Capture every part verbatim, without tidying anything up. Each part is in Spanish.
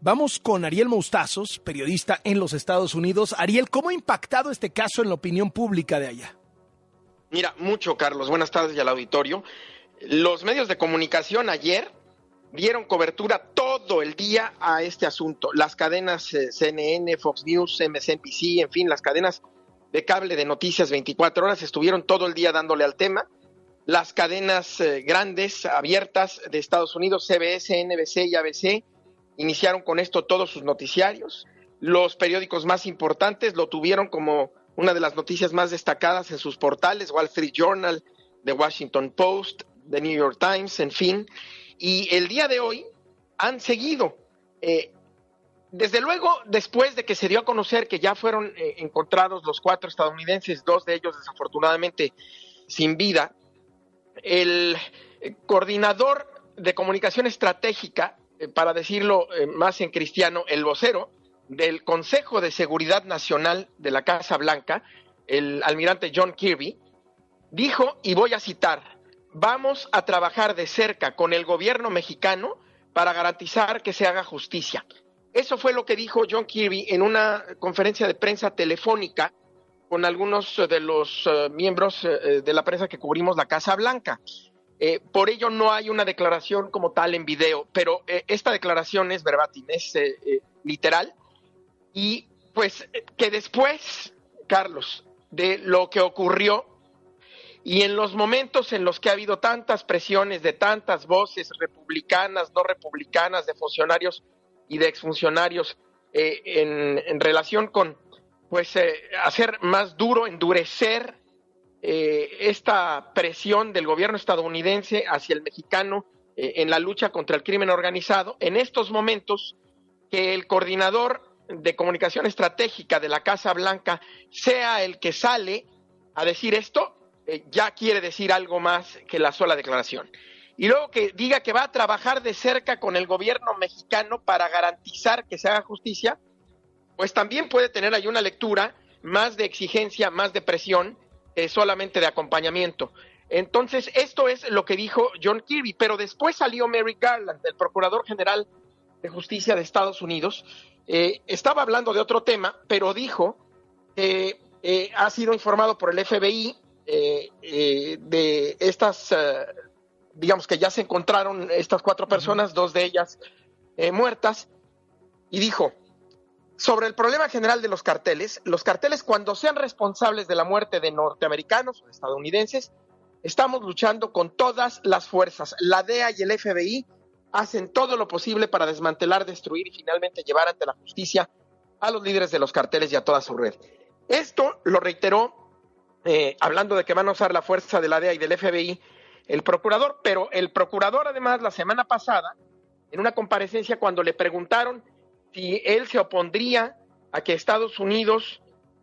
Vamos con Ariel Moustazos, periodista en los Estados Unidos. Ariel, ¿cómo ha impactado este caso en la opinión pública de allá? Mira, mucho, Carlos. Buenas tardes y al auditorio. Los medios de comunicación ayer dieron cobertura todo el día a este asunto. Las cadenas eh, C N N, Fox News, M S N B C, en fin, las cadenas de cable de noticias veinticuatro horas estuvieron todo el día dándole al tema. Las cadenas eh, grandes, abiertas de Estados Unidos, C B S, N B C y A B C, iniciaron con esto todos sus noticiarios. Los periódicos más importantes lo tuvieron como una de las noticias más destacadas en sus portales, Wall Street Journal, The Washington Post, The New York Times, en fin. Y el día de hoy han seguido. Eh, desde luego, después de que se dio a conocer que ya fueron eh, encontrados los cuatro estadounidenses, dos de ellos desafortunadamente sin vida, el eh, coordinador de comunicación estratégica, eh, para decirlo eh, más en cristiano, el vocero del Consejo de Seguridad Nacional de la Casa Blanca, el almirante John Kirby, dijo, y voy a citar: vamos a trabajar de cerca con el gobierno mexicano para garantizar que se haga justicia. Eso fue lo que dijo John Kirby en una conferencia de prensa telefónica con algunos de los uh, miembros uh, de la prensa que cubrimos la Casa Blanca. Eh, por ello no hay una declaración como tal en video, pero eh, esta declaración es verbatim, es eh, eh, literal. Y pues que después, Carlos, de lo que ocurrió y en los momentos en los que ha habido tantas presiones de tantas voces republicanas, no republicanas, de funcionarios y de exfuncionarios eh, en, en relación con pues eh, hacer más duro, endurecer eh, esta presión del gobierno estadounidense hacia el mexicano eh, en la lucha contra el crimen organizado, en estos momentos que el coordinador de comunicación estratégica de la Casa Blanca sea el que sale a decir esto, eh, ya quiere decir algo más que la sola declaración. Y luego que diga que va a trabajar de cerca con el gobierno mexicano para garantizar que se haga justicia, pues también puede tener ahí una lectura más de exigencia, más de presión, eh, solamente de acompañamiento. Entonces, esto es lo que dijo John Kirby, pero después salió Merrick Garland, el Procurador General de Justicia de Estados Unidos. Eh, estaba hablando de otro tema, pero dijo que eh, ha sido informado por el F B I eh, eh, de estas, eh, digamos que ya se encontraron estas cuatro personas, dos de ellas eh, muertas, y dijo: sobre el problema general de los carteles, los carteles cuando sean responsables de la muerte de norteamericanos o estadounidenses, estamos luchando con todas las fuerzas. La D E A y el F B I hacen todo lo posible para desmantelar, destruir y finalmente llevar ante la justicia a los líderes de los carteles y a toda su red. Esto lo reiteró, eh, hablando de que van a usar la fuerza de la D E A y del F B I, el procurador, pero el procurador además la semana pasada, en una comparecencia cuando le preguntaron si él se opondría a que Estados Unidos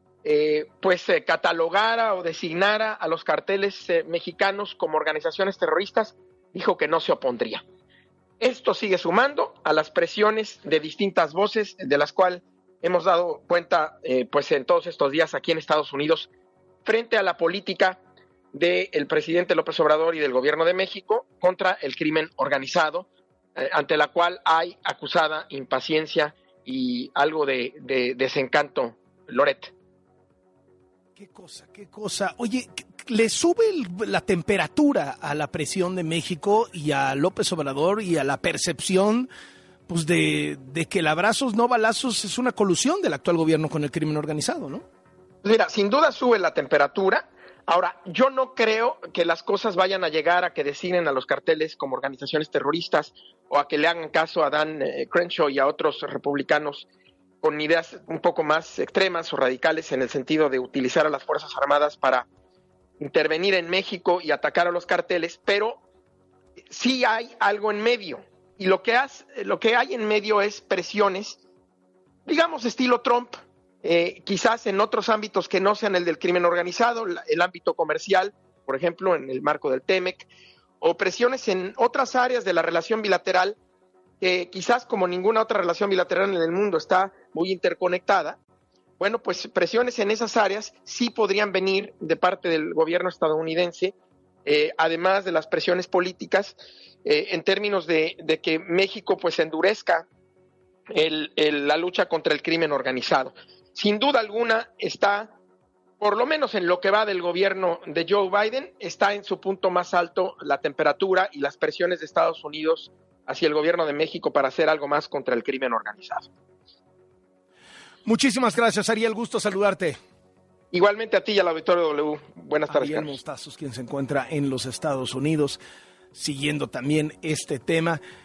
eh, pues eh, catalogara o designara a los carteles eh, mexicanos como organizaciones terroristas, dijo que no se opondría. Esto sigue sumando a las presiones de distintas voces de las cuales hemos dado cuenta eh, pues en todos estos días aquí en Estados Unidos frente a la política del presidente López Obrador y del gobierno de México contra el crimen organizado, eh, ante la cual hay acusada impaciencia y algo de, de desencanto, Loret. Qué cosa, qué cosa. Oye, ¿le sube el, la temperatura a la presión de México y a López Obrador y a la percepción pues de, de que el abrazos no balazos es una colusión del actual gobierno con el crimen organizado, ¿no? Mira, sin duda sube la temperatura. Ahora, yo no creo que las cosas vayan a llegar a que designen a los carteles como organizaciones terroristas o a que le hagan caso a Dan eh, Crenshaw y a otros republicanos con ideas un poco más extremas o radicales en el sentido de utilizar a las Fuerzas Armadas para intervenir en México y atacar a los carteles, pero sí hay algo en medio. Y lo que, has, lo que hay en medio es presiones, digamos, estilo Trump, eh, quizás en otros ámbitos que no sean el del crimen organizado, el ámbito comercial, por ejemplo, en el marco del TEMEC, o presiones en otras áreas de la relación bilateral, que quizás como ninguna otra relación bilateral en el mundo está muy interconectada. Bueno, pues presiones en esas áreas sí podrían venir de parte del gobierno estadounidense, eh, además de las presiones políticas, eh, en términos de, de que México pues endurezca el, el, la lucha contra el crimen organizado. Sin duda alguna está, por lo menos en lo que va del gobierno de Joe Biden, está en su punto más alto la temperatura y las presiones de Estados Unidos hacia el gobierno de México para hacer algo más contra el crimen organizado. Muchísimas gracias, Ariel, gusto saludarte. Igualmente a ti y al auditorio W. Buenas tardes. Ariel Mostazos, quien se encuentra en los Estados Unidos, siguiendo también este tema.